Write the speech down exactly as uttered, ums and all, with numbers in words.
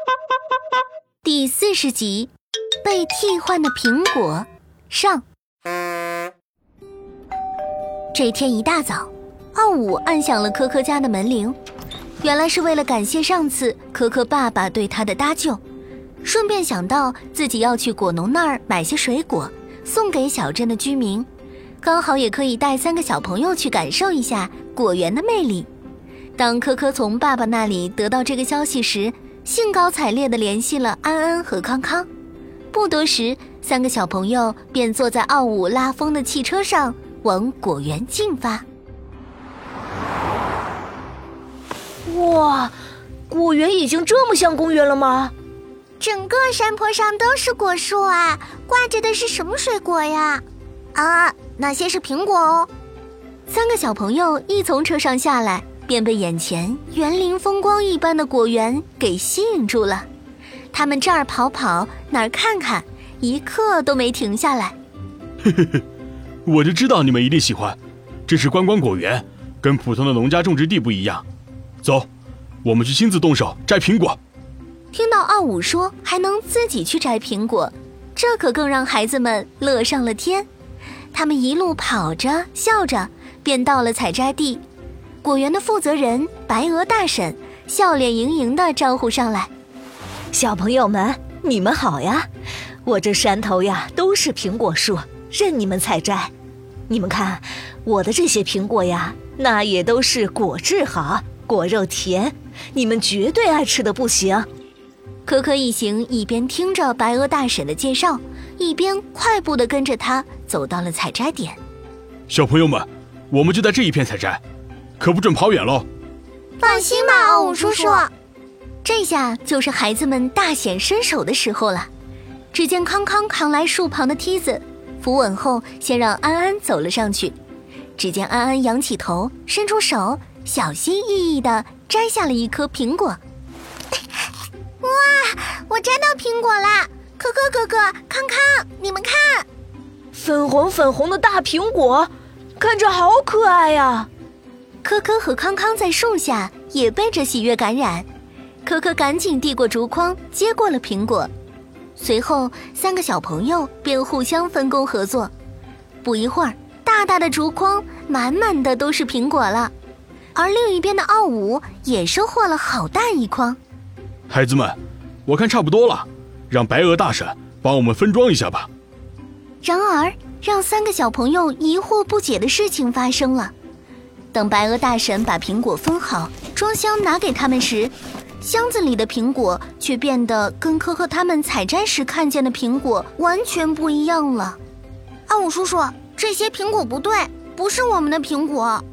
第四十集，被替换的苹果上。这天一大早，奥武按响了科科家的门铃，原来是为了感谢上次科科爸爸对他的搭救，顺便想到自己要去果农那儿买些水果送给小镇的居民，刚好也可以带三个小朋友去感受一下果园的魅力。当科科从爸爸那里得到这个消息时，兴高采烈地联系了安安和康康。不多时，三个小朋友便坐在奥武拉风的汽车上往果园进发。 哇，果园已经这么像公园了吗？ 整个山坡上都是果树啊，挂着的是什么水果呀？啊，那些是苹果哦。 三个小朋友一从车上下来，便被眼前园林风光一般的果园给吸引住了。他们这儿跑跑，哪儿看看，一刻都没停下来。 嘿嘿嘿，我就知道你们一定喜欢，这是观光果园，跟普通的农家种植地不一样。走，我们去亲自动手摘苹果。 听到奥武说还能自己去摘苹果，这可更让孩子们乐上了天。他们一路跑着笑着，便到了采摘地。果园的负责人白鹅大婶笑脸盈盈地招呼上来： 小朋友们，你们好呀！我这山头呀都是苹果树，任你们采摘。你们看，我的这些苹果呀，那也都是果质好，果肉甜，你们绝对爱吃的不行。 可可一行一边听着白鹅大婶的介绍，一边快步地跟着他走到了采摘点。 小朋友们，我们就在这一片采摘，可不准跑远喽。 放心吧，奥武叔叔。 这下就是孩子们大显身手的时候了。只见康康扛来树旁的梯子，扶稳后先让安安走了上去。只见安安仰起头，伸出手，小心翼翼地摘下了一颗苹果。 哇，我摘到苹果啦！可可哥哥，康康，你们看， 粉红粉红的大苹果，看着好可爱呀！ 科科和康康在树下也被这喜悦感染，科科赶紧递过竹筐，接过了苹果。随后三个小朋友便互相分工合作，不一会儿，大大的竹筐满满的都是苹果了。而另一边的奥武也收获了好大一筐。 孩子们，我看差不多了，让白鹅大婶帮我们分装一下吧。 然而让三个小朋友疑惑不解的事情发生了。等白鹅大婶把苹果分好，装箱拿给他们时，箱子里的苹果却变得跟科科他们采摘时看见的苹果完全不一样了。 奥武叔叔，这些苹果不对，不是我们的苹果。